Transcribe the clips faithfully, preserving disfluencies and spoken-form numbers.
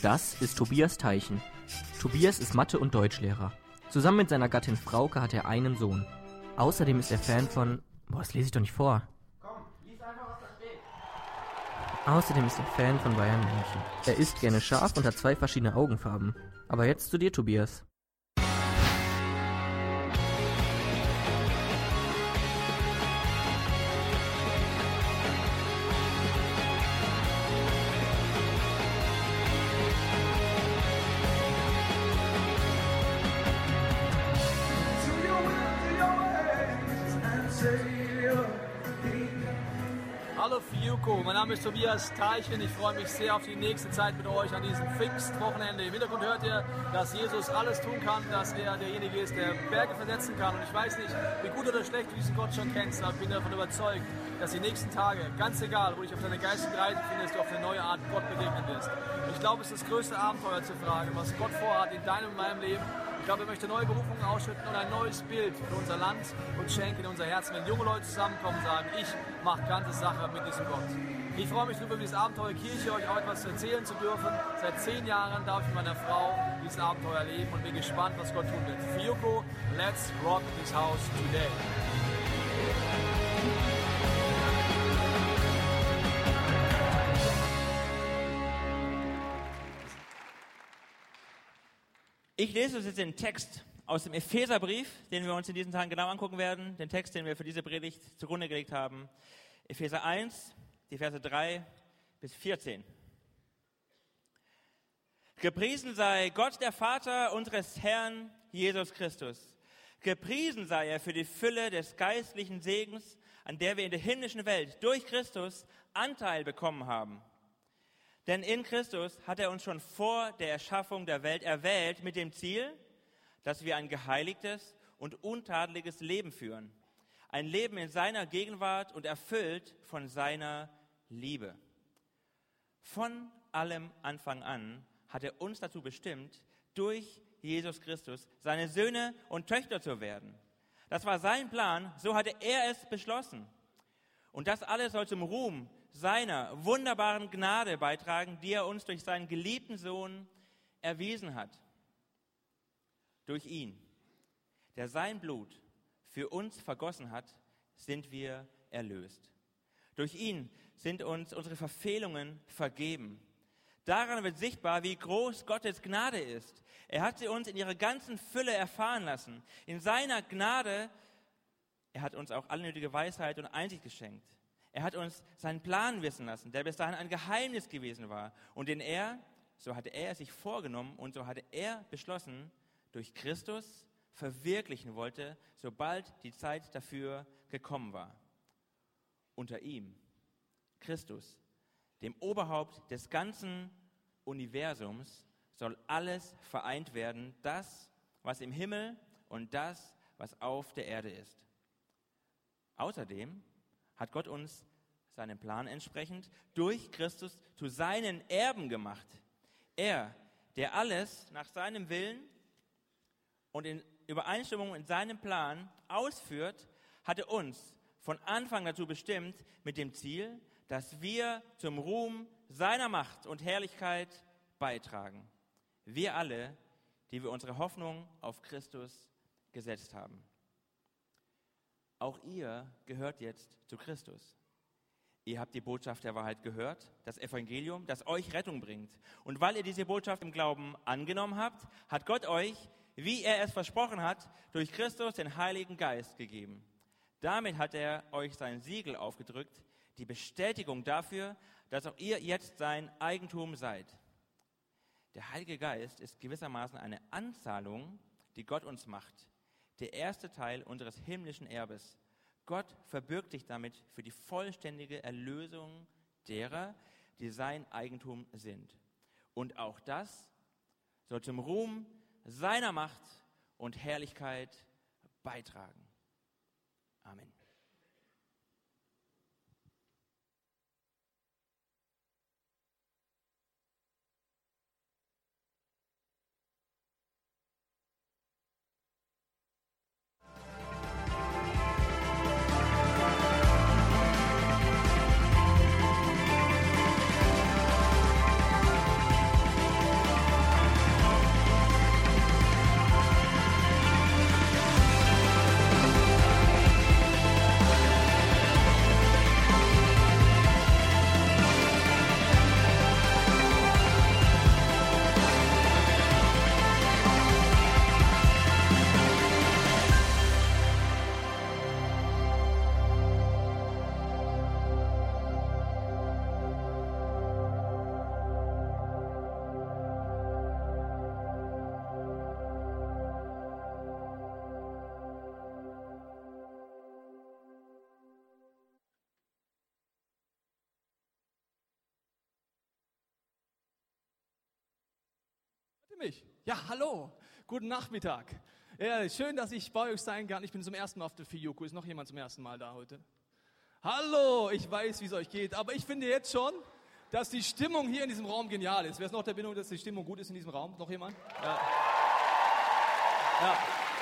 Das ist Tobias Teichen. Tobias ist Mathe- und Deutschlehrer. Zusammen mit seiner Gattin Frauke hat er einen Sohn. Außerdem ist er Fan von... Boah, das lese ich doch nicht vor. Komm, lies einfach, was da steht. Außerdem ist er Fan von Bayern München. Er isst gerne scharf und hat zwei verschiedene Augenfarben. Aber jetzt zu dir, Tobias. Hallo Fiuco, mein Name ist Tobias Teichen. Ich freue mich sehr auf die nächste Zeit mit euch an diesem Pfingstwochenende. Im Hintergrund hört ihr, dass Jesus alles tun kann, dass er derjenige ist, der Berge versetzen kann. Und ich weiß nicht, wie gut oder schlecht du diesen Gott schon kennst, aber ich bin davon überzeugt, dass die nächsten Tage, ganz egal, wo du dich auf deiner geistigen Reise findest, du auf eine neue Art Gott begegnen wirst. Und ich glaube, es ist das größte Abenteuer zu fragen, was Gott vorhat in deinem und meinem Leben. Ich glaube, er möchte neue Berufungen ausschütten und ein neues Bild für unser Land und schenken in unser Herz. Wenn junge Leute zusammenkommen und sagen, ich mache ganze Sache mit diesem Gott. Ich freue mich darüber, dieses Abenteuer Kirche euch auch etwas erzählen zu dürfen. Seit zehn Jahren darf ich mit meiner Frau dieses Abenteuer erleben und bin gespannt, was Gott tun wird. Fiuco, let's rock this house today. Ich lese uns jetzt den Text aus dem Epheserbrief, den wir uns in diesen Tagen genau angucken werden. Den Text, den wir für diese Predigt zugrunde gelegt haben. Epheser eins, die Verse drei bis vierzehn. Gepriesen sei Gott, der Vater unseres Herrn Jesus Christus. Gepriesen sei er für die Fülle des geistlichen Segens, an der wir in der himmlischen Welt durch Christus Anteil bekommen haben. Denn in Christus hat er uns schon vor der Erschaffung der Welt erwählt mit dem Ziel, dass wir ein geheiligtes und untadeliges Leben führen. Ein Leben in seiner Gegenwart und erfüllt von seiner Liebe. Von allem Anfang an hat er uns dazu bestimmt, durch Jesus Christus seine Söhne und Töchter zu werden. Das war sein Plan, so hatte er es beschlossen. Und das alles soll zum Ruhm seiner wunderbaren Gnade beitragen, die er uns durch seinen geliebten Sohn erwiesen hat. Durch ihn, der sein Blut für uns vergossen hat, sind wir erlöst. Durch ihn sind uns unsere Verfehlungen vergeben. Daran wird sichtbar, wie groß Gottes Gnade ist. Er hat sie uns in ihrer ganzen Fülle erfahren lassen. In seiner Gnade, er hat uns auch alle nötige Weisheit und Einsicht geschenkt. Er hat uns seinen Plan wissen lassen, der bis dahin ein Geheimnis gewesen war und den er, so hatte er es sich vorgenommen und so hatte er beschlossen, durch Christus verwirklichen wollte, sobald die Zeit dafür gekommen war. Unter ihm, Christus, dem Oberhaupt des ganzen Universums, soll alles vereint werden, das, was im Himmel und das, was auf der Erde ist. Außerdem hat Gott uns seinem Plan entsprechend durch Christus zu seinen Erben gemacht. Er, der alles nach seinem Willen und in Übereinstimmung mit seinem Plan ausführt, hatte uns von Anfang dazu bestimmt, mit dem Ziel, dass wir zum Ruhm seiner Macht und Herrlichkeit beitragen. Wir alle, die wir unsere Hoffnung auf Christus gesetzt haben. Auch ihr gehört jetzt zu Christus. Ihr habt die Botschaft der Wahrheit gehört, das Evangelium, das euch Rettung bringt. Und weil ihr diese Botschaft im Glauben angenommen habt, hat Gott euch, wie er es versprochen hat, durch Christus den Heiligen Geist gegeben. Damit hat er euch sein Siegel aufgedrückt, die Bestätigung dafür, dass auch ihr jetzt sein Eigentum seid. Der Heilige Geist ist gewissermaßen eine Anzahlung, die Gott uns macht. Der erste Teil unseres himmlischen Erbes. Gott verbürgt sich damit für die vollständige Erlösung derer, die sein Eigentum sind. Und auch das soll zum Ruhm seiner Macht und Herrlichkeit beitragen. Amen. Mich. Ja, hallo. Guten Nachmittag. Ja, schön, dass ich bei euch sein kann. Ich bin zum ersten Mal auf der Fijuko. Ist noch jemand zum ersten Mal da heute? Hallo, ich weiß, wie es euch geht, aber ich finde jetzt schon, dass die Stimmung hier in diesem Raum genial ist. Wer ist noch der Meinung, dass die Stimmung gut ist in diesem Raum? Noch jemand? Ja. Ja.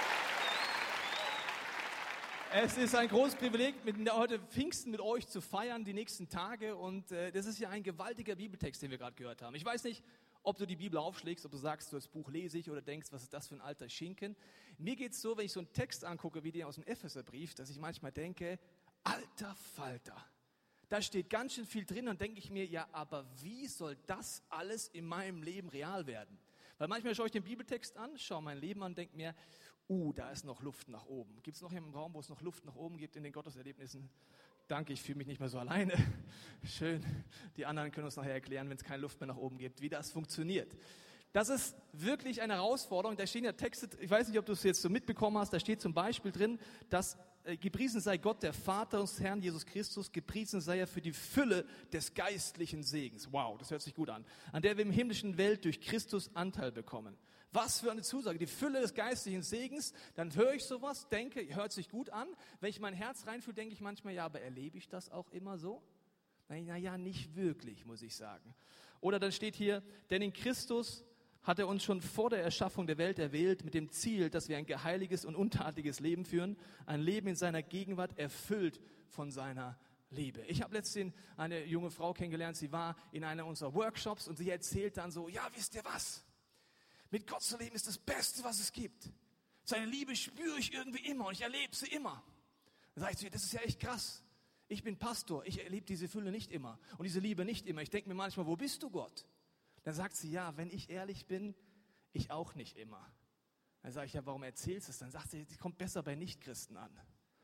Es ist ein großes Privileg, mit, heute Pfingsten mit euch zu feiern, die nächsten Tage. Und äh, das ist ja ein gewaltiger Bibeltext, den wir gerade gehört haben. Ich weiß nicht, ob du die Bibel aufschlägst, ob du sagst, so das Buch lese ich oder denkst, was ist das für ein alter Schinken. Mir geht es so, wenn ich so einen Text angucke, wie den aus dem Epheserbrief, dass ich manchmal denke, alter Falter, da steht ganz schön viel drin und denke ich mir, ja, aber wie soll das alles in meinem Leben real werden? Weil manchmal schaue ich den Bibeltext an, schaue mein Leben an und denke mir, uh, da ist noch Luft nach oben. Gibt es noch jemanden im Raum, wo es noch Luft nach oben gibt in den Gotteserlebnissen? Danke, ich fühle mich nicht mehr so alleine. Schön, die anderen können uns nachher erklären, wenn es keine Luft mehr nach oben gibt, wie das funktioniert. Das ist wirklich eine Herausforderung. Da stehen ja Texte, ich weiß nicht, ob du es jetzt so mitbekommen hast, da steht zum Beispiel drin, dass äh, gepriesen sei Gott, der Vater unseres Herrn Jesus Christus, gepriesen sei er für die Fülle des geistlichen Segens. Wow, das hört sich gut an. An der wir im himmlischen Welt durch Christus Anteil bekommen. Was für eine Zusage, die Fülle des geistlichen Segens. Dann höre ich sowas, denke, hört sich gut an. Wenn ich mein Herz reinfühle, denke ich manchmal, ja, aber erlebe ich das auch immer so? Naja, nicht wirklich, muss ich sagen. Oder dann steht hier, denn in Christus hat er uns schon vor der Erschaffung der Welt erwählt, mit dem Ziel, dass wir ein geheiliges und untadeliges Leben führen, ein Leben in seiner Gegenwart, erfüllt von seiner Liebe. Ich habe letztens eine junge Frau kennengelernt, sie war in einer unserer Workshops und sie erzählt dann so, ja, wisst ihr was? Mit Gott zu leben ist das Beste, was es gibt. Seine Liebe spüre ich irgendwie immer und ich erlebe sie immer. Dann sage ich zu ihr, das ist ja echt krass. Ich bin Pastor, ich erlebe diese Fülle nicht immer und diese Liebe nicht immer. Ich denke mir manchmal, wo bist du, Gott? Dann sagt sie, ja, wenn ich ehrlich bin, ich auch nicht immer. Dann sage ich, ja, warum erzählst du es? Dann sagt sie, sie kommt besser bei Nichtchristen an.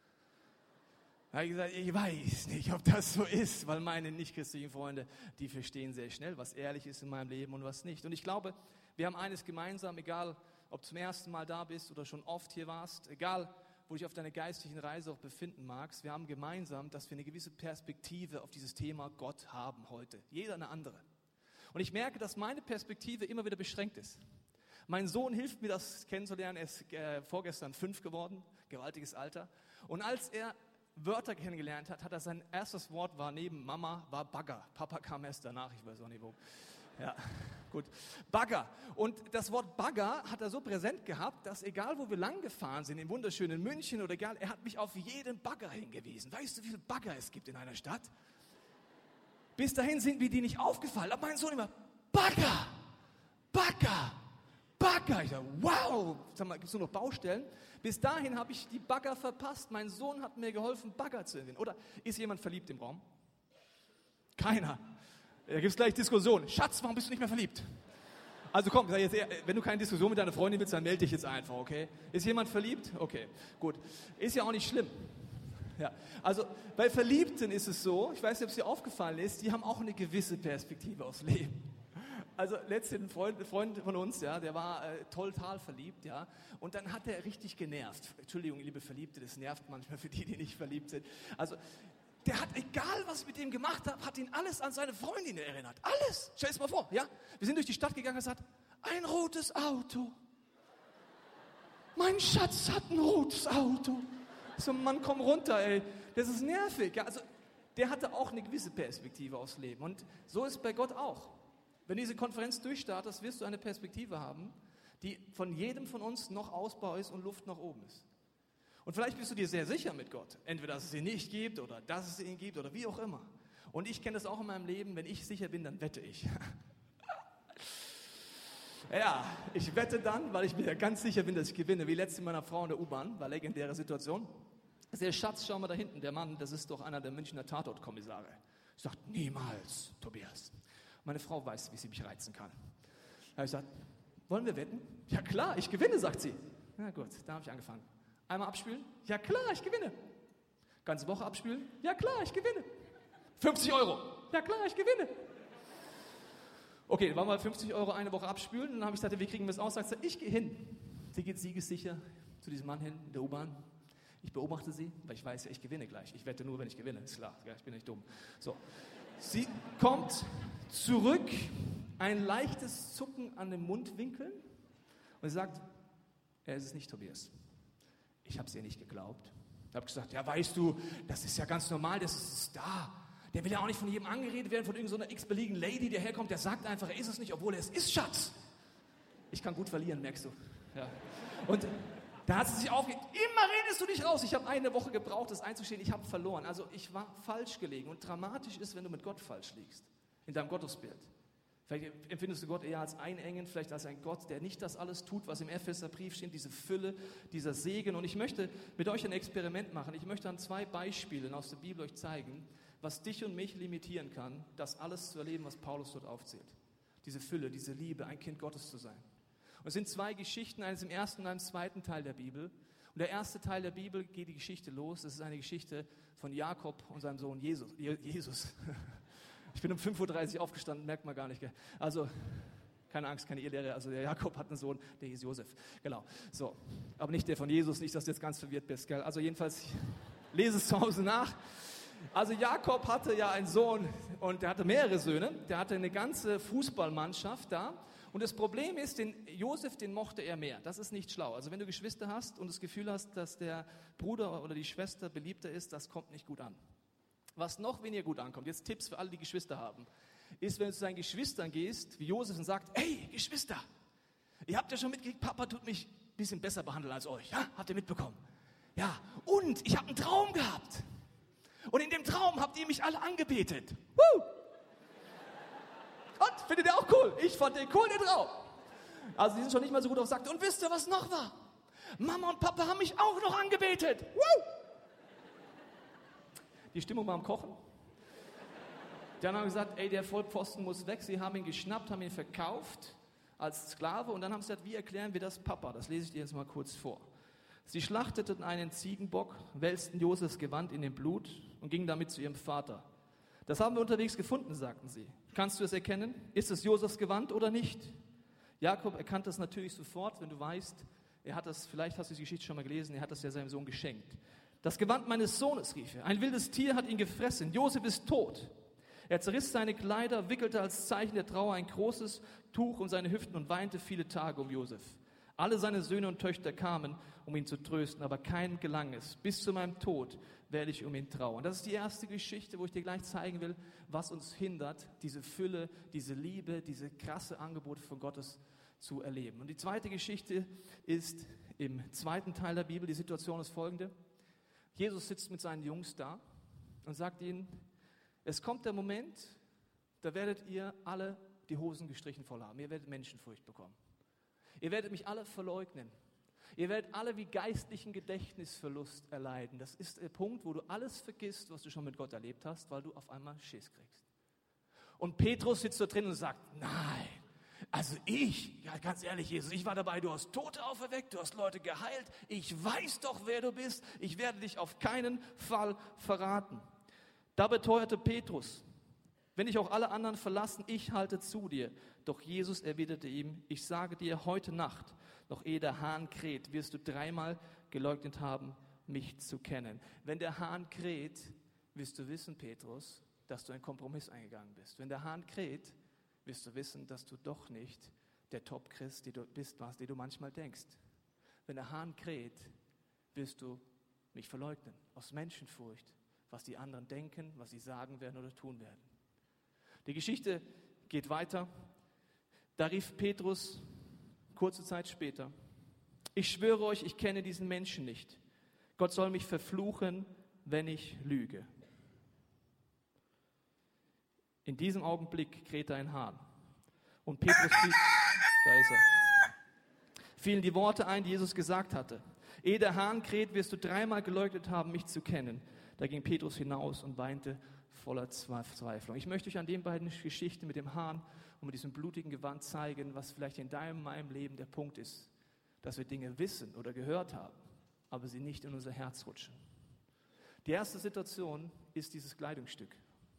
Da habe ich gesagt, ich weiß nicht, ob das so ist, weil meine nichtchristlichen Freunde, die verstehen sehr schnell, was ehrlich ist in meinem Leben und was nicht. Und ich glaube, wir haben eines gemeinsam, egal ob du zum ersten Mal da bist oder schon oft hier warst, egal wo du dich auf deiner geistlichen Reise auch befinden magst, wir haben gemeinsam, dass wir eine gewisse Perspektive auf dieses Thema Gott haben heute. Jeder eine andere. Und ich merke, dass meine Perspektive immer wieder beschränkt ist. Mein Sohn hilft mir, das kennenzulernen. Er ist äh, vorgestern fünf geworden, gewaltiges Alter. Und als er Wörter kennengelernt hat, hat er sein erstes Wort war neben Mama, war Bagger. Papa kam erst danach, ich weiß auch nicht wo. Ja, gut. Bagger. Und das Wort Bagger hat er so präsent gehabt, dass egal wo wir lang gefahren sind, in wunderschönen München oder egal, er hat mich auf jeden Bagger hingewiesen. Weißt du, wie viele Bagger es gibt in einer Stadt? Bis dahin sind mir die nicht aufgefallen. Aber mein Sohn immer, Bagger, Bagger, Bagger. Ich dachte, wow, sag mal, gibt es nur noch Baustellen? Bis dahin habe ich die Bagger verpasst. Mein Sohn hat mir geholfen, Bagger zu entwickeln. Oder ist jemand verliebt im Raum? Keiner. Da gibt es gleich Diskussion. Schatz, warum bist du nicht mehr verliebt? Also komm, jetzt, wenn du keine Diskussion mit deiner Freundin willst, dann melde dich jetzt einfach, okay? Ist jemand verliebt? Okay, gut. Ist ja auch nicht schlimm. Ja, also bei Verliebten ist es so, ich weiß nicht, ob es dir aufgefallen ist, die haben auch eine gewisse Perspektive aufs Leben. Also letztens ein Freund, ein Freund von uns, ja, der war äh, total verliebt, ja, und dann hat er richtig genervt. Entschuldigung, liebe Verliebte, das nervt manchmal für die, die nicht verliebt sind. Also der hat, egal was ich mit dem gemacht habe, hat ihn alles an seine Freundin erinnert. Alles. Stell es mal vor, ja. Wir sind durch die Stadt gegangen und er sagt, ein rotes Auto. Mein Schatz hat ein rotes Auto. So, Mann, komm runter, ey. Das ist nervig. Ja, also, der hatte auch eine gewisse Perspektive aufs Leben. Und so ist es bei Gott auch. Wenn diese Konferenz durchstartet, wirst du eine Perspektive haben, die von jedem von uns noch Ausbau ist und Luft nach oben ist. Und vielleicht bist du dir sehr sicher mit Gott. Entweder, dass es ihn nicht gibt oder dass es ihn gibt oder wie auch immer. Und ich kenne das auch in meinem Leben. Wenn ich sicher bin, dann wette ich. Ja, ich wette dann, weil ich mir ganz sicher bin, dass ich gewinne, wie letzte meiner Frau in der U-Bahn, war legendäre Situation. Der Schatz, schau mal da hinten, der Mann, das ist doch einer der Münchner Tatortkommissare. Ich sage, niemals, Tobias. Meine Frau weiß, wie sie mich reizen kann. Da habe ich gesagt, wollen wir wetten? Ja klar, ich gewinne, sagt sie. Na gut, da habe ich angefangen. Einmal abspülen? Ja klar, ich gewinne. Ganze Woche abspülen? Ja klar, ich gewinne. fünfzig Euro? Ja klar, ich gewinne. Okay, dann waren wir fünfzig Euro eine Woche abspülen. Und dann habe ich gesagt, wie kriegen wir es aus? Sagt sie, ich gehe hin. Sie geht siegessicher zu diesem Mann hin in der U-Bahn. Ich beobachte sie, weil ich weiß ja, ich gewinne gleich. Ich wette nur, wenn ich gewinne, ist klar. Ich bin nicht dumm. So. Sie kommt zurück, ein leichtes Zucken an den Mundwinkeln. Und sie sagt, er ist es nicht, Tobias. Ich habe es ihr nicht geglaubt. Ich habe gesagt, ja, weißt du, das ist ja ganz normal, das ist da. Der will ja auch nicht von jedem angeredet werden, von irgendeiner x-beliebigen Lady, der herkommt, der sagt einfach, er ist es nicht, obwohl er es ist, Schatz. Ich kann gut verlieren, merkst du. Ja. Und da hat sie sich aufgeregt. Immer redest du dich raus. Ich habe eine Woche gebraucht, das einzustehen. Ich habe verloren. Also ich war falsch gelegen. Und dramatisch ist, wenn du mit Gott falsch liegst, in deinem Gottesbild. Vielleicht empfindest du Gott eher als einengend, vielleicht als ein Gott, der nicht das alles tut, was im Epheserbrief steht, diese Fülle, dieser Segen. Und ich möchte mit euch ein Experiment machen. Ich möchte an zwei Beispielen aus der Bibel euch zeigen, was dich und mich limitieren kann, das alles zu erleben, was Paulus dort aufzählt. Diese Fülle, diese Liebe, ein Kind Gottes zu sein. Und es sind zwei Geschichten, eines im ersten und einem zweiten Teil der Bibel. Und der erste Teil der Bibel geht die Geschichte los. Das ist eine Geschichte von Jakob und seinem Sohn Jesus. Jesus. Ich bin um fünf Uhr dreißig aufgestanden, merkt man gar nicht. Gell? Also, keine Angst, keine Irrlehre. Also der Jakob hat einen Sohn, der hieß Josef. Genau. So. Aber nicht der von Jesus, nicht, dass du jetzt ganz verwirrt bist. Gell? Also jedenfalls, lese es zu Hause nach. Also Jakob hatte ja einen Sohn und der hatte mehrere Söhne. Der hatte eine ganze Fußballmannschaft da. Und das Problem ist, den Josef, den mochte er mehr. Das ist nicht schlau. Also wenn du Geschwister hast und das Gefühl hast, dass der Bruder oder die Schwester beliebter ist, das kommt nicht gut an. Was noch weniger gut ankommt, jetzt Tipps für alle, die Geschwister haben, ist, wenn du zu deinen Geschwistern gehst, wie Josef, und sagst, hey, Geschwister, ihr habt ja schon mitgekriegt, Papa tut mich ein bisschen besser behandeln als euch. Ja, habt ihr mitbekommen? Ja, und ich habe einen Traum gehabt. Und in dem Traum habt ihr mich alle angebetet. Woo! Und, findet ihr auch cool? Ich fand den cool, den Traum. Also die sind schon nicht mal so gut auf Sack. Und wisst ihr, was noch war? Mama und Papa haben mich auch noch angebetet. Woo! Die Stimmung war am Kochen. Dann haben sie gesagt, ey, der Vollpfosten muss weg. Sie haben ihn geschnappt, haben ihn verkauft als Sklave. Und dann haben sie gesagt, wie erklären wir das Papa? Das lese ich dir jetzt mal kurz vor. Sie schlachteten einen Ziegenbock, wälzten Josefs Gewand in dem Blut und gingen damit zu ihrem Vater. Das haben wir unterwegs gefunden, sagten sie. Kannst du es erkennen? Ist es Josefs Gewand oder nicht? Jakob erkannte es natürlich sofort, wenn du weißt, er hat das, vielleicht hast du die Geschichte schon mal gelesen, er hat das ja seinem Sohn geschenkt. Das Gewand meines Sohnes, rief er. Ein wildes Tier hat ihn gefressen. Josef ist tot. Er zerriss seine Kleider, wickelte als Zeichen der Trauer ein großes Tuch um seine Hüften und weinte viele Tage um Josef. Alle seine Söhne und Töchter kamen, um ihn zu trösten, aber keinem gelang es. Bis zu meinem Tod werde ich um ihn trauern. Das ist die erste Geschichte, wo ich dir gleich zeigen will, was uns hindert, diese Fülle, diese Liebe, diese krasse Angebote von Gottes zu erleben. Und die zweite Geschichte ist im zweiten Teil der Bibel. Die Situation ist folgende. Jesus sitzt mit seinen Jungs da und sagt ihnen, es kommt der Moment, da werdet ihr alle die Hosen gestrichen voll haben. Ihr werdet Menschenfurcht bekommen. Ihr werdet mich alle verleugnen. Ihr werdet alle wie geistlichen Gedächtnisverlust erleiden. Das ist der Punkt, wo du alles vergisst, was du schon mit Gott erlebt hast, weil du auf einmal Schiss kriegst. Und Petrus sitzt da drin und sagt, nein, also ich, ja ganz ehrlich, Jesus, ich war dabei, du hast Tote auferweckt, du hast Leute geheilt, ich weiß doch, wer du bist, ich werde dich auf keinen Fall verraten. Da beteuerte Petrus, wenn dich auch alle anderen verlassen, ich halte zu dir. Doch Jesus erwiderte ihm, ich sage dir, heute Nacht, noch ehe der Hahn kräht, wirst du dreimal geleugnet haben, mich zu kennen. Wenn der Hahn kräht, wirst du wissen, Petrus, dass du einen Kompromiss eingegangen bist. Wenn der Hahn kräht, wirst du wissen, dass du doch nicht der Top-Christ die du bist, was die du manchmal denkst. Wenn der Hahn kräht, wirst du mich verleugnen, aus Menschenfurcht, was die anderen denken, was sie sagen werden oder tun werden. Die Geschichte geht weiter. Da rief Petrus kurze Zeit später, ich schwöre euch, ich kenne diesen Menschen nicht. Gott soll mich verfluchen, wenn ich lüge. In diesem Augenblick krähte ein Hahn. Und Petrus fiel, da ist er, fielen die Worte ein, die Jesus gesagt hatte. Ehe der Hahn kräht, wirst du dreimal geleugnet haben, mich zu kennen. Da ging Petrus hinaus und weinte voller Zweiflung. Ich möchte euch an den beiden Geschichten mit dem Hahn und mit diesem blutigen Gewand zeigen, was vielleicht in deinem, meinem Leben der Punkt ist, dass wir Dinge wissen oder gehört haben, aber sie nicht in unser Herz rutschen. Die erste Situation ist dieses Kleidungsstück.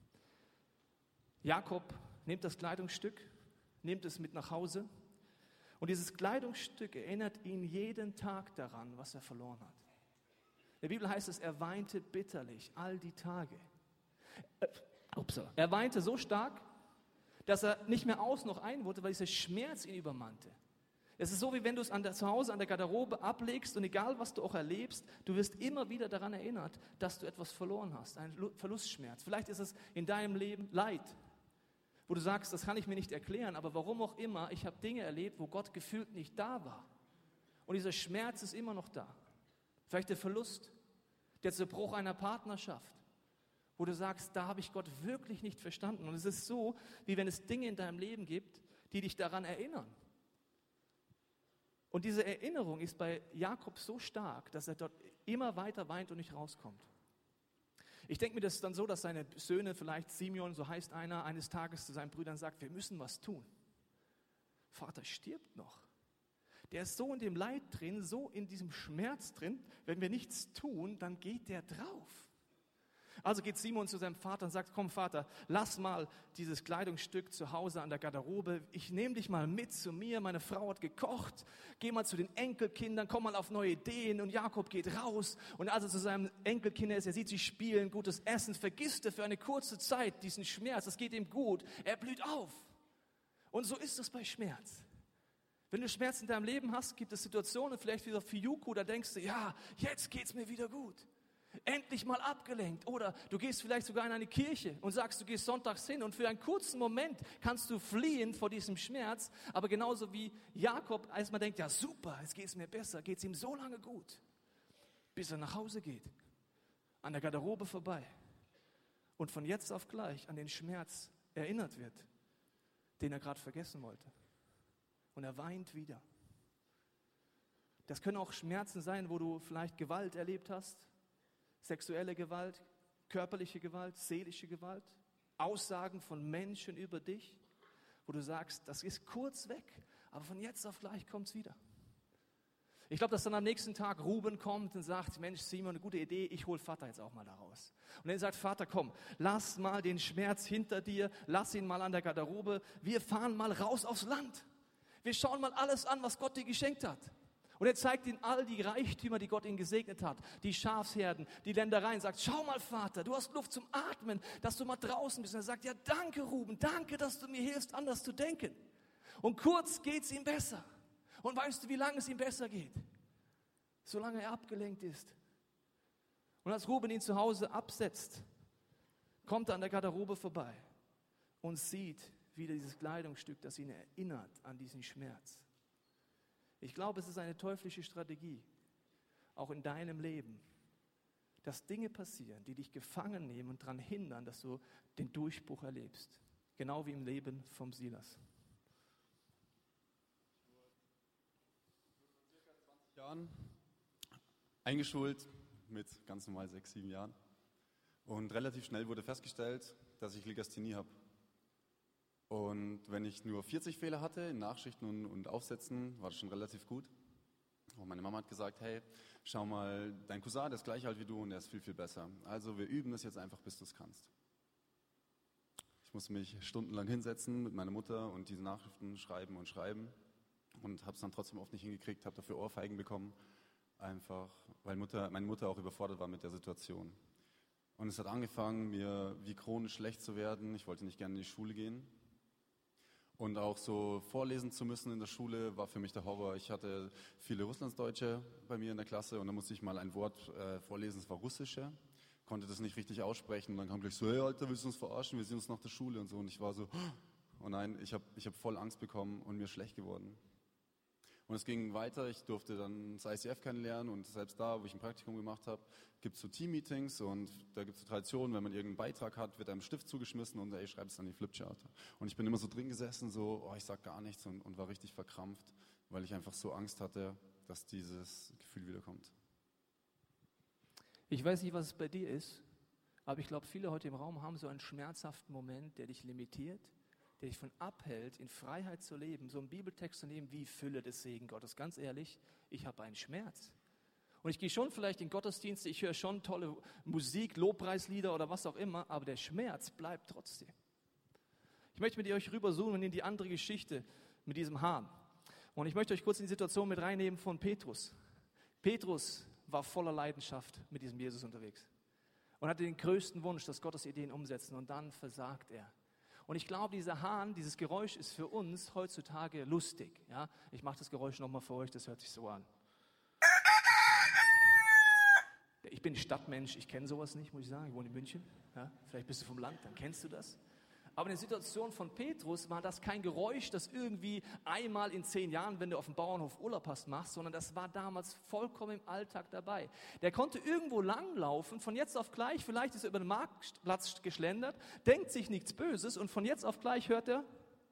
Jakob nimmt das Kleidungsstück, nimmt es mit nach Hause und dieses Kleidungsstück erinnert ihn jeden Tag daran, was er verloren hat. In der Bibel heißt es, er weinte bitterlich all die Tage. Äh, upsala. Er weinte so stark, dass er nicht mehr aus noch ein wollte, weil dieser Schmerz ihn übermannte. Es ist so, wie wenn du es an der, zu Hause an der Garderobe ablegst und egal, was du auch erlebst, du wirst immer wieder daran erinnert, dass du etwas verloren hast, einen Verlustschmerz. Vielleicht ist es in deinem Leben Leid, wo du sagst, das kann ich mir nicht erklären, aber warum auch immer, ich habe Dinge erlebt, wo Gott gefühlt nicht da war. Und dieser Schmerz ist immer noch da. Vielleicht der Verlust, der Zerbruch einer Partnerschaft, wo du sagst, da habe ich Gott wirklich nicht verstanden. Und es ist so, wie wenn es Dinge in deinem Leben gibt, die dich daran erinnern. Und diese Erinnerung ist bei Jakob so stark, dass er dort immer weiter weint und nicht rauskommt. Ich denke mir, das ist dann so, dass seine Söhne, vielleicht Simeon, so heißt einer, eines Tages zu seinen Brüdern sagt, wir müssen was tun. Vater stirbt noch. Der ist so in dem Leid drin, so in diesem Schmerz drin, wenn wir nichts tun, dann geht der drauf. Also geht Simon zu seinem Vater und sagt, komm Vater, lass mal dieses Kleidungsstück zu Hause an der Garderobe. Ich nehme dich mal mit zu mir, meine Frau hat gekocht. Geh mal zu den Enkelkindern, komm mal auf neue Ideen. Und Jakob geht raus. Und als er zu seinem Enkelkind ist, er sieht sie spielen, gutes Essen, vergisst er für eine kurze Zeit diesen Schmerz. Es geht ihm gut, er blüht auf. Und so ist es bei Schmerz. Wenn du Schmerz in deinem Leben hast, gibt es Situationen, vielleicht wieder für Juku, da denkst du, ja, jetzt geht's mir wieder gut. Endlich mal abgelenkt. Oder du gehst vielleicht sogar in eine Kirche und sagst, du gehst sonntags hin und für einen kurzen Moment kannst du fliehen vor diesem Schmerz. Aber genauso wie Jakob erstmal denkt, ja super, jetzt geht es mir besser, geht es ihm so lange gut, bis er nach Hause geht, an der Garderobe vorbei und von jetzt auf gleich an den Schmerz erinnert wird, den er gerade vergessen wollte. Und er weint wieder. Das können auch Schmerzen sein, wo du vielleicht Gewalt erlebt hast. Sexuelle Gewalt, körperliche Gewalt, seelische Gewalt, Aussagen von Menschen über dich, wo du sagst, das ist kurz weg, aber von jetzt auf gleich kommt es wieder. Ich glaube, dass dann am nächsten Tag Ruben kommt und sagt, Mensch, Simon, eine gute Idee, ich hole Vater jetzt auch mal da raus. Und er sagt, Vater, komm, lass mal den Schmerz hinter dir, lass ihn mal an der Garderobe, wir fahren mal raus aufs Land. Wir schauen mal alles an, was Gott dir geschenkt hat. Und er zeigt ihnen all die Reichtümer, die Gott ihnen gesegnet hat. Die Schafsherden, die Ländereien. Sagt, schau mal, Vater, du hast Luft zum Atmen, dass du mal draußen bist. Und er sagt, ja, danke, Ruben, danke, dass du mir hilfst, anders zu denken. Und kurz geht es ihm besser. Und weißt du, wie lange es ihm besser geht? Solange er abgelenkt ist. Und als Ruben ihn zu Hause absetzt, kommt er an der Garderobe vorbei und sieht wieder dieses Kleidungsstück, das ihn erinnert an diesen Schmerz. Ich glaube, es ist eine teuflische Strategie, auch in deinem Leben, dass Dinge passieren, die dich gefangen nehmen und daran hindern, dass du den Durchbruch erlebst. Genau wie im Leben vom Silas. Vor circa zwanzig Jahren eingeschult, mit ganz normal sechs, sieben Jahren. Und relativ schnell wurde festgestellt, dass ich Legasthenie habe. Und wenn ich nur vierzig Fehler hatte in Nachschichten und, und Aufsätzen, war das schon relativ gut. Und meine Mama hat gesagt, hey, schau mal, dein Cousin, der ist gleich alt wie du und der ist viel, viel besser. Also wir üben das jetzt einfach, bis du es kannst. Ich musste mich stundenlang hinsetzen mit meiner Mutter und diese Nachschriften schreiben und schreiben. Und habe es dann trotzdem oft nicht hingekriegt, habe dafür Ohrfeigen bekommen. Einfach, weil Mutter, meine Mutter auch überfordert war mit der Situation. Und es hat angefangen, mir wie chronisch schlecht zu werden. Ich wollte nicht gerne in die Schule gehen. Und auch so vorlesen zu müssen in der Schule war für mich der Horror. Ich hatte viele Russlandsdeutsche bei mir in der Klasse und da musste ich mal ein Wort äh, vorlesen, es war Russische, konnte das nicht richtig aussprechen und dann kam gleich so, hey Alter, willst du uns verarschen, wir sehen uns nach der Schule und so. Und ich war so, oh nein, ich habe ich hab voll Angst bekommen und mir ist schlecht geworden. Und es ging weiter, ich durfte dann das I C F kennenlernen und selbst da, wo ich ein Praktikum gemacht habe, gibt es so Team-Meetings und da gibt es so Traditionen, wenn man irgendeinen Beitrag hat, wird einem Stift zugeschmissen und ey, schreibt es dann in die Flipchart. Und ich bin immer so drin gesessen, so, oh, ich sag gar nichts und, und war richtig verkrampft, weil ich einfach so Angst hatte, dass dieses Gefühl wiederkommt. Ich weiß nicht, was es bei dir ist, aber ich glaube, viele heute im Raum haben so einen schmerzhaften Moment, der dich limitiert, der dich von abhält, in Freiheit zu leben, so einen Bibeltext zu nehmen wie Fülle des Segen Gottes. Ganz ehrlich, ich habe einen Schmerz. Und ich gehe schon vielleicht in Gottesdienste, ich höre schon tolle Musik, Lobpreislieder oder was auch immer, aber der Schmerz bleibt trotzdem. Ich möchte mit euch rüberzoomen in die andere Geschichte mit diesem Hahn. Und ich möchte euch kurz in die Situation mit reinnehmen von Petrus. Petrus war voller Leidenschaft mit diesem Jesus unterwegs und hatte den größten Wunsch, dass Gottes Ideen umsetzen und dann versagt er. Und ich glaube, dieser Hahn, dieses Geräusch ist für uns heutzutage lustig. Ja? Ich mache das Geräusch nochmal für euch, das hört sich so an. Ich bin Stadtmensch, ich kenne sowas nicht, muss ich sagen. Ich wohne in München. Ja? Vielleicht bist du vom Land, dann kennst du das. Aber in der Situation von Petrus war das kein Geräusch, das irgendwie einmal in zehn Jahren, wenn du auf dem Bauernhof Urlaub hast, machst, sondern das war damals vollkommen im Alltag dabei. Der konnte irgendwo langlaufen, von jetzt auf gleich, vielleicht ist er über den Marktplatz geschlendert, denkt sich nichts Böses und von jetzt auf gleich hört er.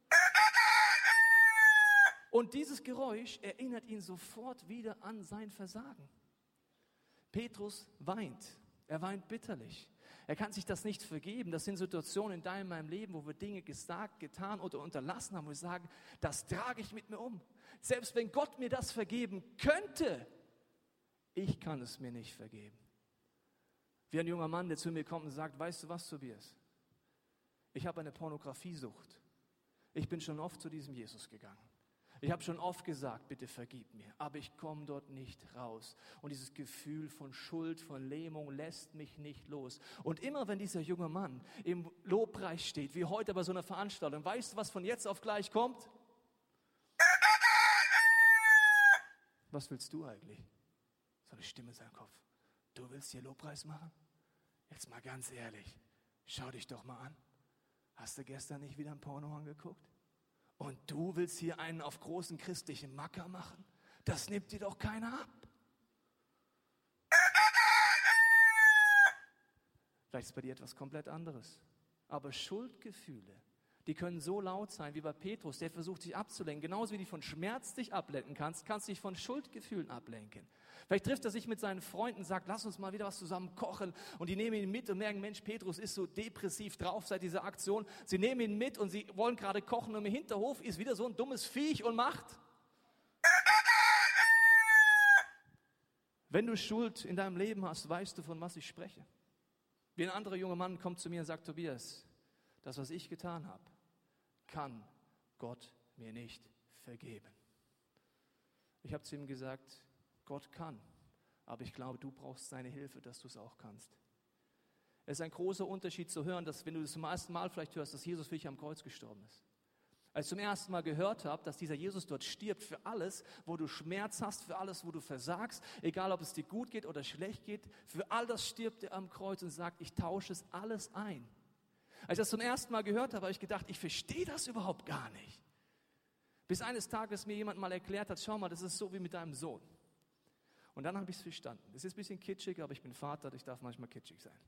Und dieses Geräusch erinnert ihn sofort wieder an sein Versagen. Petrus weint, er weint bitterlich. Er kann sich das nicht vergeben. Das sind Situationen in deinem, meinem Leben, wo wir Dinge gesagt, getan oder unterlassen haben, wo wir sagen, das trage ich mit mir um. Selbst wenn Gott mir das vergeben könnte, ich kann es mir nicht vergeben. Wie ein junger Mann, der zu mir kommt und sagt, weißt du was, Tobias? Ich habe eine Pornografiesucht. Ich bin schon oft zu diesem Jesus gegangen. Ich habe schon oft gesagt, bitte vergib mir, aber ich komme dort nicht raus. Und dieses Gefühl von Schuld, von Lähmung lässt mich nicht los. Und immer wenn dieser junge Mann im Lobpreis steht, wie heute bei so einer Veranstaltung, weißt du, was von jetzt auf gleich kommt? Was willst du eigentlich? So eine Stimme in seinem Kopf. Du willst hier Lobpreis machen? Jetzt mal ganz ehrlich, schau dich doch mal an. Hast du gestern nicht wieder ein Porno angeguckt? Und du willst hier einen auf großen christlichen Macker machen? Das nimmt dir doch keiner ab. Vielleicht ist bei dir etwas komplett anderes. Aber Schuldgefühle, die können so laut sein wie bei Petrus, der versucht dich abzulenken. Genauso wie du dich von Schmerz dich ablenken kannst, kannst du dich von Schuldgefühlen ablenken. Vielleicht trifft er sich mit seinen Freunden und sagt, lass uns mal wieder was zusammen kochen. Und die nehmen ihn mit und merken, Mensch, Petrus ist so depressiv drauf seit dieser Aktion. Sie nehmen ihn mit und sie wollen gerade kochen und im Hinterhof ist wieder so ein dummes Viech und macht. Wenn du Schuld in deinem Leben hast, weißt du, von was ich spreche. Wie ein anderer junger Mann kommt zu mir und sagt, Tobias, das, was ich getan habe, kann Gott mir nicht vergeben. Ich habe zu ihm gesagt, Gott kann, aber ich glaube, du brauchst seine Hilfe, dass du es auch kannst. Es ist ein großer Unterschied zu hören, dass wenn du das zum ersten Mal vielleicht hörst, dass Jesus für dich am Kreuz gestorben ist. Als ich zum ersten Mal gehört habe, dass dieser Jesus dort stirbt für alles, wo du Schmerz hast, für alles, wo du versagst, egal ob es dir gut geht oder schlecht geht, für all das stirbt er am Kreuz und sagt, ich tausche es alles ein. Als ich das zum ersten Mal gehört habe, habe ich gedacht, ich verstehe das überhaupt gar nicht. Bis eines Tages mir jemand mal erklärt hat, schau mal, das ist so wie mit deinem Sohn. Und dann habe ich es verstanden. Es ist ein bisschen kitschig, aber ich bin Vater, ich darf manchmal kitschig sein.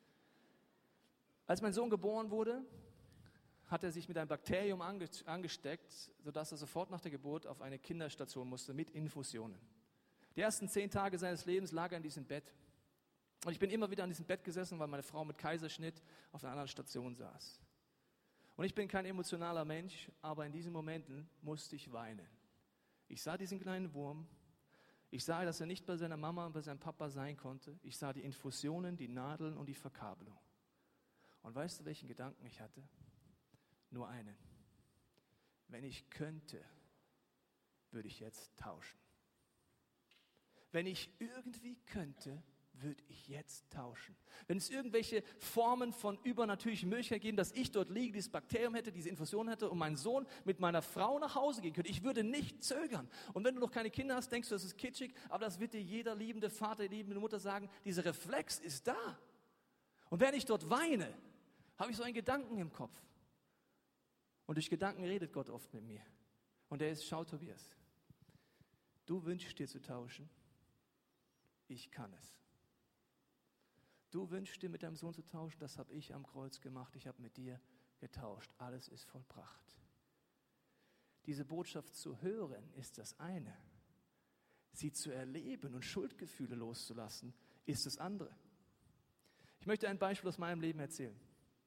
Als mein Sohn geboren wurde, hat er sich mit einem Bakterium angesteckt, sodass er sofort nach der Geburt auf eine Kinderstation musste mit Infusionen. Die ersten zehn Tage seines Lebens lag er in diesem Bett. Und ich bin immer wieder an diesem Bett gesessen, weil meine Frau mit Kaiserschnitt auf einer anderen Station saß. Und ich bin kein emotionaler Mensch, aber in diesen Momenten musste ich weinen. Ich sah diesen kleinen Wurm. Ich sah, dass er nicht bei seiner Mama und bei seinem Papa sein konnte. Ich sah die Infusionen, die Nadeln und die Verkabelung. Und weißt du, welchen Gedanken ich hatte? Nur einen. Wenn ich könnte, würde ich jetzt tauschen. Wenn ich irgendwie könnte, würde ich jetzt tauschen. Wenn es irgendwelche Formen von übernatürlichen Möglichkeiten geben, dass ich dort liege, dieses Bakterium hätte, diese Infusion hätte und mein Sohn mit meiner Frau nach Hause gehen könnte, ich würde nicht zögern. Und wenn du noch keine Kinder hast, denkst du, das ist kitschig, aber das wird dir jeder liebende Vater, die liebende Mutter sagen, dieser Reflex ist da. Und wenn ich dort weine, habe ich so einen Gedanken im Kopf. Und durch Gedanken redet Gott oft mit mir. Und er ist, schau Tobias, du wünschst dir zu tauschen, ich kann es. Du wünschst dir mit deinem Sohn zu tauschen, das habe ich am Kreuz gemacht, ich habe mit dir getauscht, alles ist vollbracht. Diese Botschaft zu hören ist das eine. Sie zu erleben und Schuldgefühle loszulassen, ist das andere. Ich möchte ein Beispiel aus meinem Leben erzählen.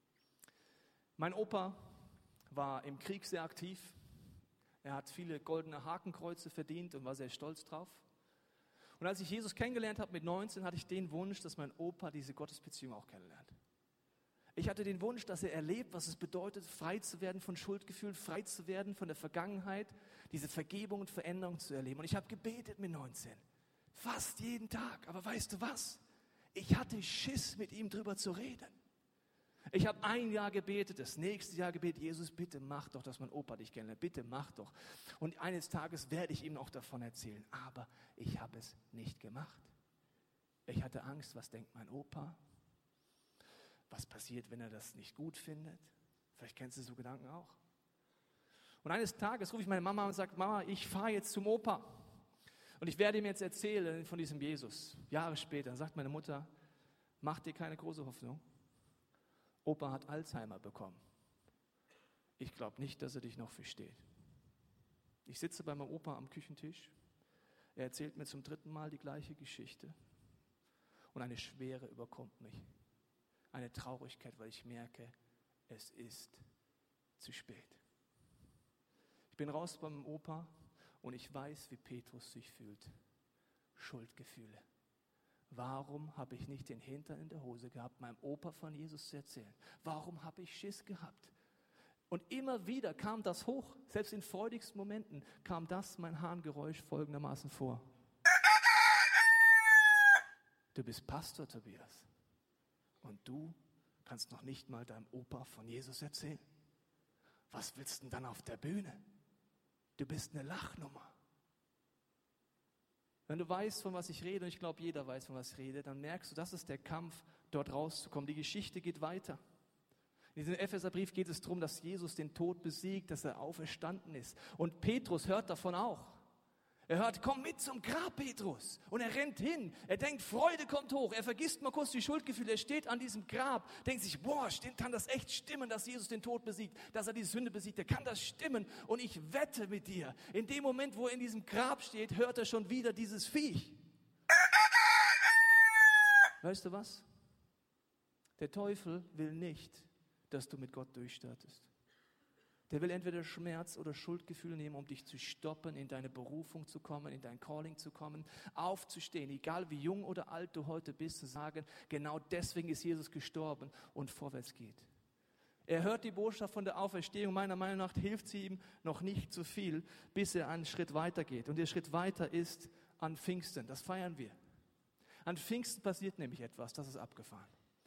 Mein Opa war im Krieg sehr aktiv. Er hat viele goldene Hakenkreuze verdient und war sehr stolz drauf. Und als ich Jesus kennengelernt habe mit neunzehn, hatte ich den Wunsch, dass mein Opa diese Gottesbeziehung auch kennenlernt. Ich hatte den Wunsch, dass er erlebt, was es bedeutet, frei zu werden von Schuldgefühlen, frei zu werden von der Vergangenheit, diese Vergebung und Veränderung zu erleben. Und ich habe gebetet mit neunzehn, fast jeden Tag. Aber weißt du was? Ich hatte Schiss, mit ihm drüber zu reden. Ich habe ein Jahr gebetet, das nächste Jahr gebetet, Jesus, bitte mach doch, dass mein Opa dich kennenlernt, bitte mach doch. Und eines Tages werde ich ihm auch davon erzählen, aber ich habe es nicht gemacht. Ich hatte Angst, was denkt mein Opa? Was passiert, wenn er das nicht gut findet? Vielleicht kennst du so Gedanken auch. Und eines Tages rufe ich meine Mama und sage, Mama, ich fahre jetzt zum Opa. Und ich werde ihm jetzt erzählen von diesem Jesus. Jahre später, dann sagt meine Mutter, mach dir keine große Hoffnung. Opa hat Alzheimer bekommen. Ich glaube nicht, dass er dich noch versteht. Ich sitze bei meinem Opa am Küchentisch. Er erzählt mir zum dritten Mal die gleiche Geschichte. Und eine Schwere überkommt mich. Eine Traurigkeit, weil ich merke, es ist zu spät. Ich bin raus beim Opa und ich weiß, wie Petrus sich fühlt. Schuldgefühle. Warum habe ich nicht den Hintern in der Hose gehabt, meinem Opa von Jesus zu erzählen? Warum habe ich Schiss gehabt? Und immer wieder kam das hoch, selbst in freudigsten Momenten kam das, mein Harngeräusch, folgendermaßen vor. Du bist Pastor, Tobias. Und du kannst noch nicht mal deinem Opa von Jesus erzählen. Was willst du denn dann auf der Bühne? Du bist eine Lachnummer. Wenn du weißt, von was ich rede, und ich glaube, jeder weiß, von was ich rede, dann merkst du, das ist der Kampf, dort rauszukommen. Die Geschichte geht weiter. In diesem Epheserbrief geht es darum, dass Jesus den Tod besiegt, dass er auferstanden ist. Und Petrus hört davon auch. Er hört, komm mit zum Grab, Petrus. Und er rennt hin. Er denkt, Freude kommt hoch. Er vergisst mal kurz die Schuldgefühle. Er steht an diesem Grab, denkt sich, boah, kann das echt stimmen, dass Jesus den Tod besiegt, dass er die Sünde besiegt. Er kann das stimmen. Und ich wette mit dir, in dem Moment, wo er in diesem Grab steht, hört er schon wieder dieses Viech. Weißt du was? Der Teufel will nicht, dass du mit Gott durchstartest. Der will entweder Schmerz oder Schuldgefühle nehmen, um dich zu stoppen, in deine Berufung zu kommen, in dein Calling zu kommen, aufzustehen, egal wie jung oder alt du heute bist, zu sagen, genau deswegen ist Jesus gestorben und vorwärts geht. Er hört die Botschaft von der Auferstehung, meiner Meinung nach hilft sie ihm noch nicht so viel, bis er einen Schritt weiter geht. Und der Schritt weiter ist an Pfingsten, das feiern wir. An Pfingsten passiert nämlich etwas, das ist abgefahren.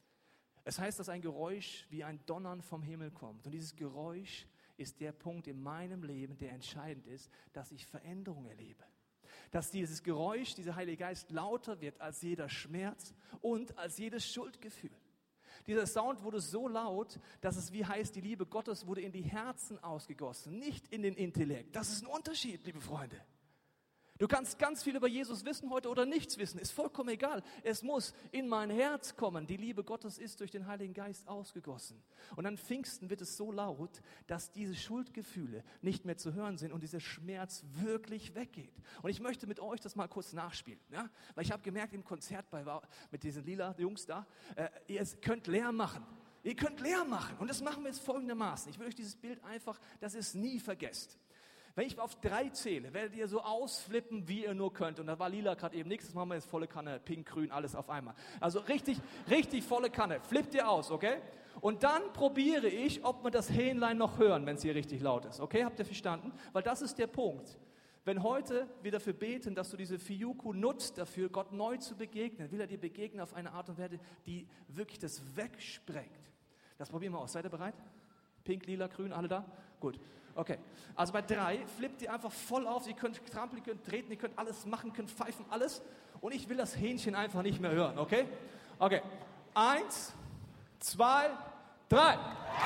Es heißt, dass ein Geräusch wie ein Donnern vom Himmel kommt. Und dieses Geräusch ist der Punkt in meinem Leben, der entscheidend ist, dass ich Veränderung erlebe. Dass dieses Geräusch, dieser Heilige Geist lauter wird als jeder Schmerz und als jedes Schuldgefühl. Dieser Sound wurde so laut, dass es wie heißt, die Liebe Gottes wurde in die Herzen ausgegossen, nicht in den Intellekt. Das ist ein Unterschied, liebe Freunde. Du kannst ganz viel über Jesus wissen heute oder nichts wissen, ist vollkommen egal. Es muss in mein Herz kommen. Die Liebe Gottes ist durch den Heiligen Geist ausgegossen. Und an Pfingsten wird es so laut, dass diese Schuldgefühle nicht mehr zu hören sind und dieser Schmerz wirklich weggeht. Und ich möchte mit euch das mal kurz nachspielen. Ja? Weil ich habe gemerkt im Konzert bei, mit diesen lila Jungs da, äh, ihr könnt leer machen. Ihr könnt leer machen. Und das machen wir jetzt folgendermaßen. Ich will euch dieses Bild einfach, dass ihr es nie vergesst. Wenn ich auf drei zähle, werdet ihr so ausflippen, wie ihr nur könnt. Und da war lila gerade eben nichts, das machen wir jetzt volle Kanne, pink, grün, alles auf einmal. Also richtig, richtig volle Kanne. Flippt ihr aus, okay? Und dann probiere ich, ob wir das Hähnlein noch hören, wenn es hier richtig laut ist. Okay, habt ihr verstanden? Weil das ist der Punkt. Wenn heute wir dafür beten, dass du diese Fiuku nutzt dafür, Gott neu zu begegnen, will er dir begegnen auf eine Art und Weise, die wirklich das wegsprengt. Das probieren wir aus. Seid ihr bereit? Pink, lila, grün, alle da? Gut. Okay, also bei drei flippt ihr einfach voll auf, ihr könnt trampeln, ihr könnt treten, ihr könnt alles machen, könnt pfeifen, alles. Und ich will das Hähnchen einfach nicht mehr hören, okay? Okay, eins, zwei, drei.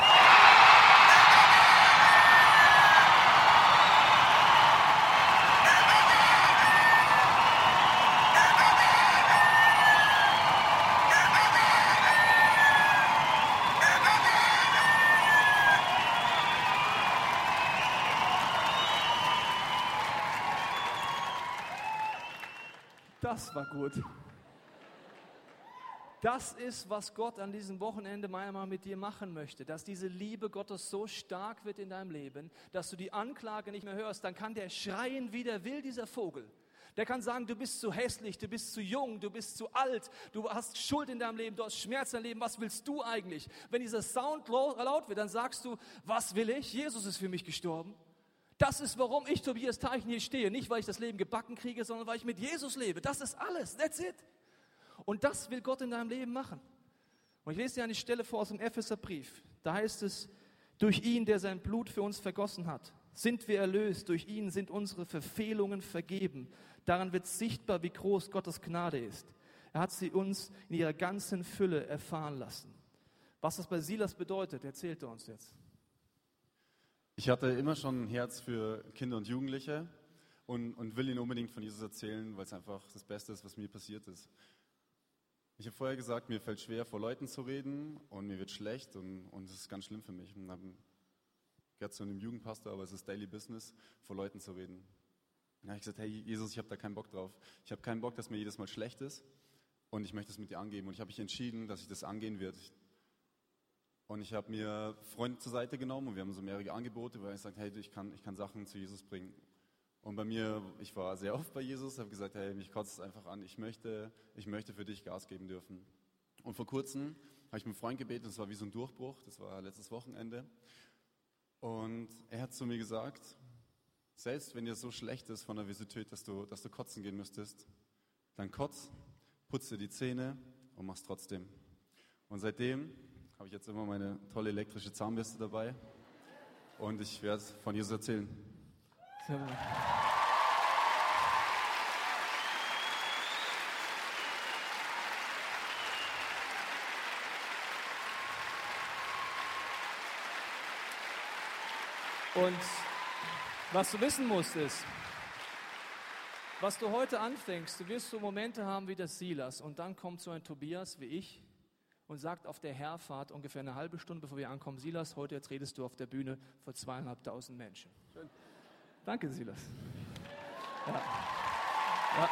Das war gut. Das ist, was Gott an diesem Wochenende meiner Meinung nach mit dir machen möchte. Dass diese Liebe Gottes so stark wird in deinem Leben, dass du die Anklage nicht mehr hörst. Dann kann der schreien, wie der will, dieser Vogel. Der kann sagen, du bist zu hässlich, du bist zu jung, du bist zu alt, du hast Schuld in deinem Leben, du hast Schmerz in deinem Leben, was willst du eigentlich? Wenn dieser Sound laut wird, dann sagst du, was will ich? Jesus ist für mich gestorben. Das ist, warum ich, Tobias Teichen, hier stehe. Nicht, weil ich das Leben gebacken kriege, sondern weil ich mit Jesus lebe. Das ist alles. That's it. Und das will Gott in deinem Leben machen. Und ich lese dir eine Stelle vor aus dem Epheserbrief. Da heißt es, durch ihn, der sein Blut für uns vergossen hat, sind wir erlöst. Durch ihn sind unsere Verfehlungen vergeben. Daran wird sichtbar, wie groß Gottes Gnade ist. Er hat sie uns in ihrer ganzen Fülle erfahren lassen. Was das bei Silas bedeutet, erzählt er uns jetzt. Ich hatte immer schon ein Herz für Kinder und Jugendliche und, und will ihnen unbedingt von Jesus erzählen, weil es einfach das Beste ist, was mir passiert ist. Ich habe vorher gesagt, mir fällt schwer, vor Leuten zu reden und mir wird schlecht und, und es ist ganz schlimm für mich. Und habe gehört zu einem Jugendpastor, aber es ist Daily Business, vor Leuten zu reden. Dann habe ich gesagt, hey Jesus, ich habe da keinen Bock drauf. Ich habe keinen Bock, dass mir jedes Mal schlecht ist und ich möchte es mit dir angeben. Und ich habe mich entschieden, dass ich das angehen werde. Und ich habe mir Freunde zur Seite genommen und wir haben so mehrere Angebote, weil ich gesagt hey, ich kann, ich kann Sachen zu Jesus bringen. Und bei mir, ich war sehr oft bei Jesus, habe gesagt, hey, mich kotzt es einfach an, ich möchte, ich möchte für dich Gas geben dürfen. Und vor kurzem habe ich mit einem Freund gebetet, das war wie so ein Durchbruch, das war letztes Wochenende. Und er hat zu mir gesagt, selbst wenn dir so schlecht ist von der Visität, dass du, dass du kotzen gehen müsstest, dann kotz, putz dir die Zähne und mach's trotzdem. Und seitdem habe ich jetzt immer meine tolle elektrische Zahnbürste dabei und ich werde von Jesus erzählen. Sehr gut. Und was du wissen musst ist, was du heute anfängst, du wirst so Momente haben wie der Silas und dann kommt so ein Tobias wie ich und sagt auf der Herfahrt ungefähr eine halbe Stunde, bevor wir ankommen, Silas, heute jetzt redest du auf der Bühne vor zweieinhalbtausend Menschen. Schön. Danke, Silas. Ja. Ja.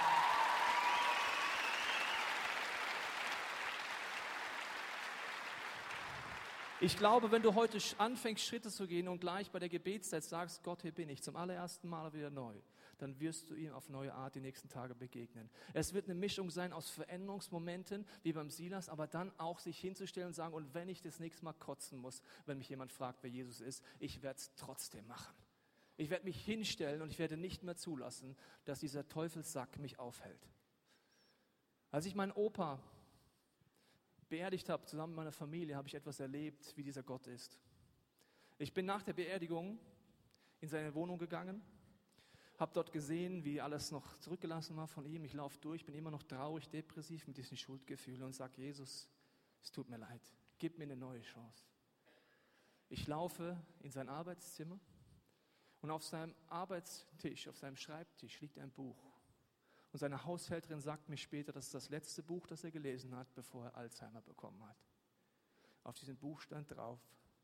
Ich glaube, wenn du heute anfängst, Schritte zu gehen und gleich bei der Gebetszeit sagst, Gott, hier bin ich, zum allerersten Mal wieder neu, dann wirst du ihm auf neue Art die nächsten Tage begegnen. Es wird eine Mischung sein aus Veränderungsmomenten, wie beim Silas, aber dann auch sich hinzustellen und sagen, und wenn ich das nächste Mal kotzen muss, wenn mich jemand fragt, wer Jesus ist, ich werde es trotzdem machen. Ich werde mich hinstellen und ich werde nicht mehr zulassen, dass dieser Teufelssack mich aufhält. Als ich meinen Opa beerdigt habe, zusammen mit meiner Familie, habe ich etwas erlebt, wie dieser Gott ist. Ich bin nach der Beerdigung in seine Wohnung gegangen, habe dort gesehen, wie alles noch zurückgelassen war von ihm. Ich laufe durch, bin immer noch traurig, depressiv mit diesen Schuldgefühlen und sage, Jesus, es tut mir leid, gib mir eine neue Chance. Ich laufe in sein Arbeitszimmer und auf seinem Arbeitstisch, auf seinem Schreibtisch liegt ein Buch. Und seine Haushälterin sagt mir später, das ist das letzte Buch, das er gelesen hat, bevor er Alzheimer bekommen hat. Auf diesem Buch stand drauf,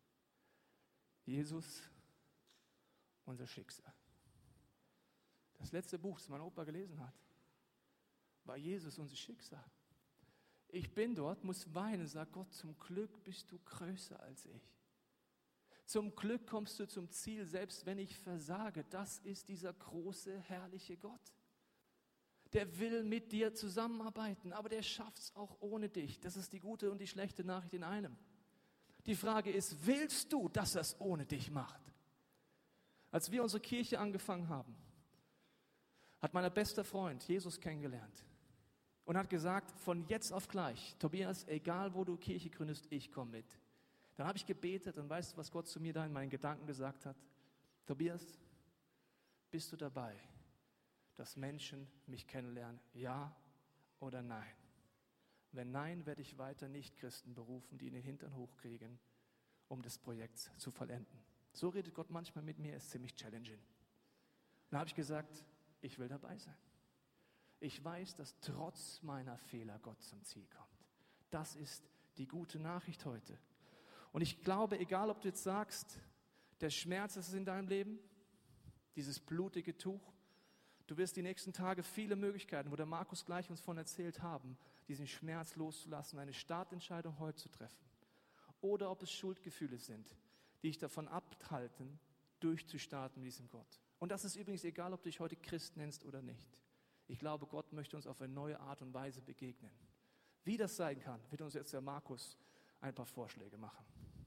Jesus, unser Schicksal. Das letzte Buch, das mein Opa gelesen hat, war Jesus, unser Schicksal. Ich bin dort, muss weinen und sage, Gott, zum Glück bist du größer als ich. Zum Glück kommst du zum Ziel, selbst wenn ich versage. Das ist dieser große, herrliche Gott. Der will mit dir zusammenarbeiten, aber der schafft es auch ohne dich. Das ist die gute und die schlechte Nachricht in einem. Die Frage ist, willst du, dass er es ohne dich macht? Als wir unsere Kirche angefangen haben, hat mein bester Freund Jesus kennengelernt und hat gesagt, von jetzt auf gleich, Tobias, egal wo du Kirche gründest, ich komme mit. Dann habe ich gebetet und weißt du, was Gott zu mir da in meinen Gedanken gesagt hat? Tobias, bist du dabei, dass Menschen mich kennenlernen? Ja oder nein? Wenn nein, werde ich weiter Nichtchristen berufen, die in den Hintern hochkriegen, um das Projekt zu vollenden. So redet Gott manchmal mit mir, ist ziemlich challenging. Dann habe ich gesagt, ich will dabei sein. Ich weiß, dass trotz meiner Fehler Gott zum Ziel kommt. Das ist die gute Nachricht heute. Und ich glaube, egal ob du jetzt sagst, der Schmerz ist es in deinem Leben, dieses blutige Tuch, du wirst die nächsten Tage viele Möglichkeiten, wo der Markus gleich uns von erzählt haben, diesen Schmerz loszulassen, eine Startentscheidung heute zu treffen. Oder ob es Schuldgefühle sind, die dich davon abhalten, durchzustarten mit diesem Gott. Und das ist übrigens egal, ob du dich heute Christ nennst oder nicht. Ich glaube, Gott möchte uns auf eine neue Art und Weise begegnen. Wie das sein kann, wird uns jetzt der Markus ein paar Vorschläge machen.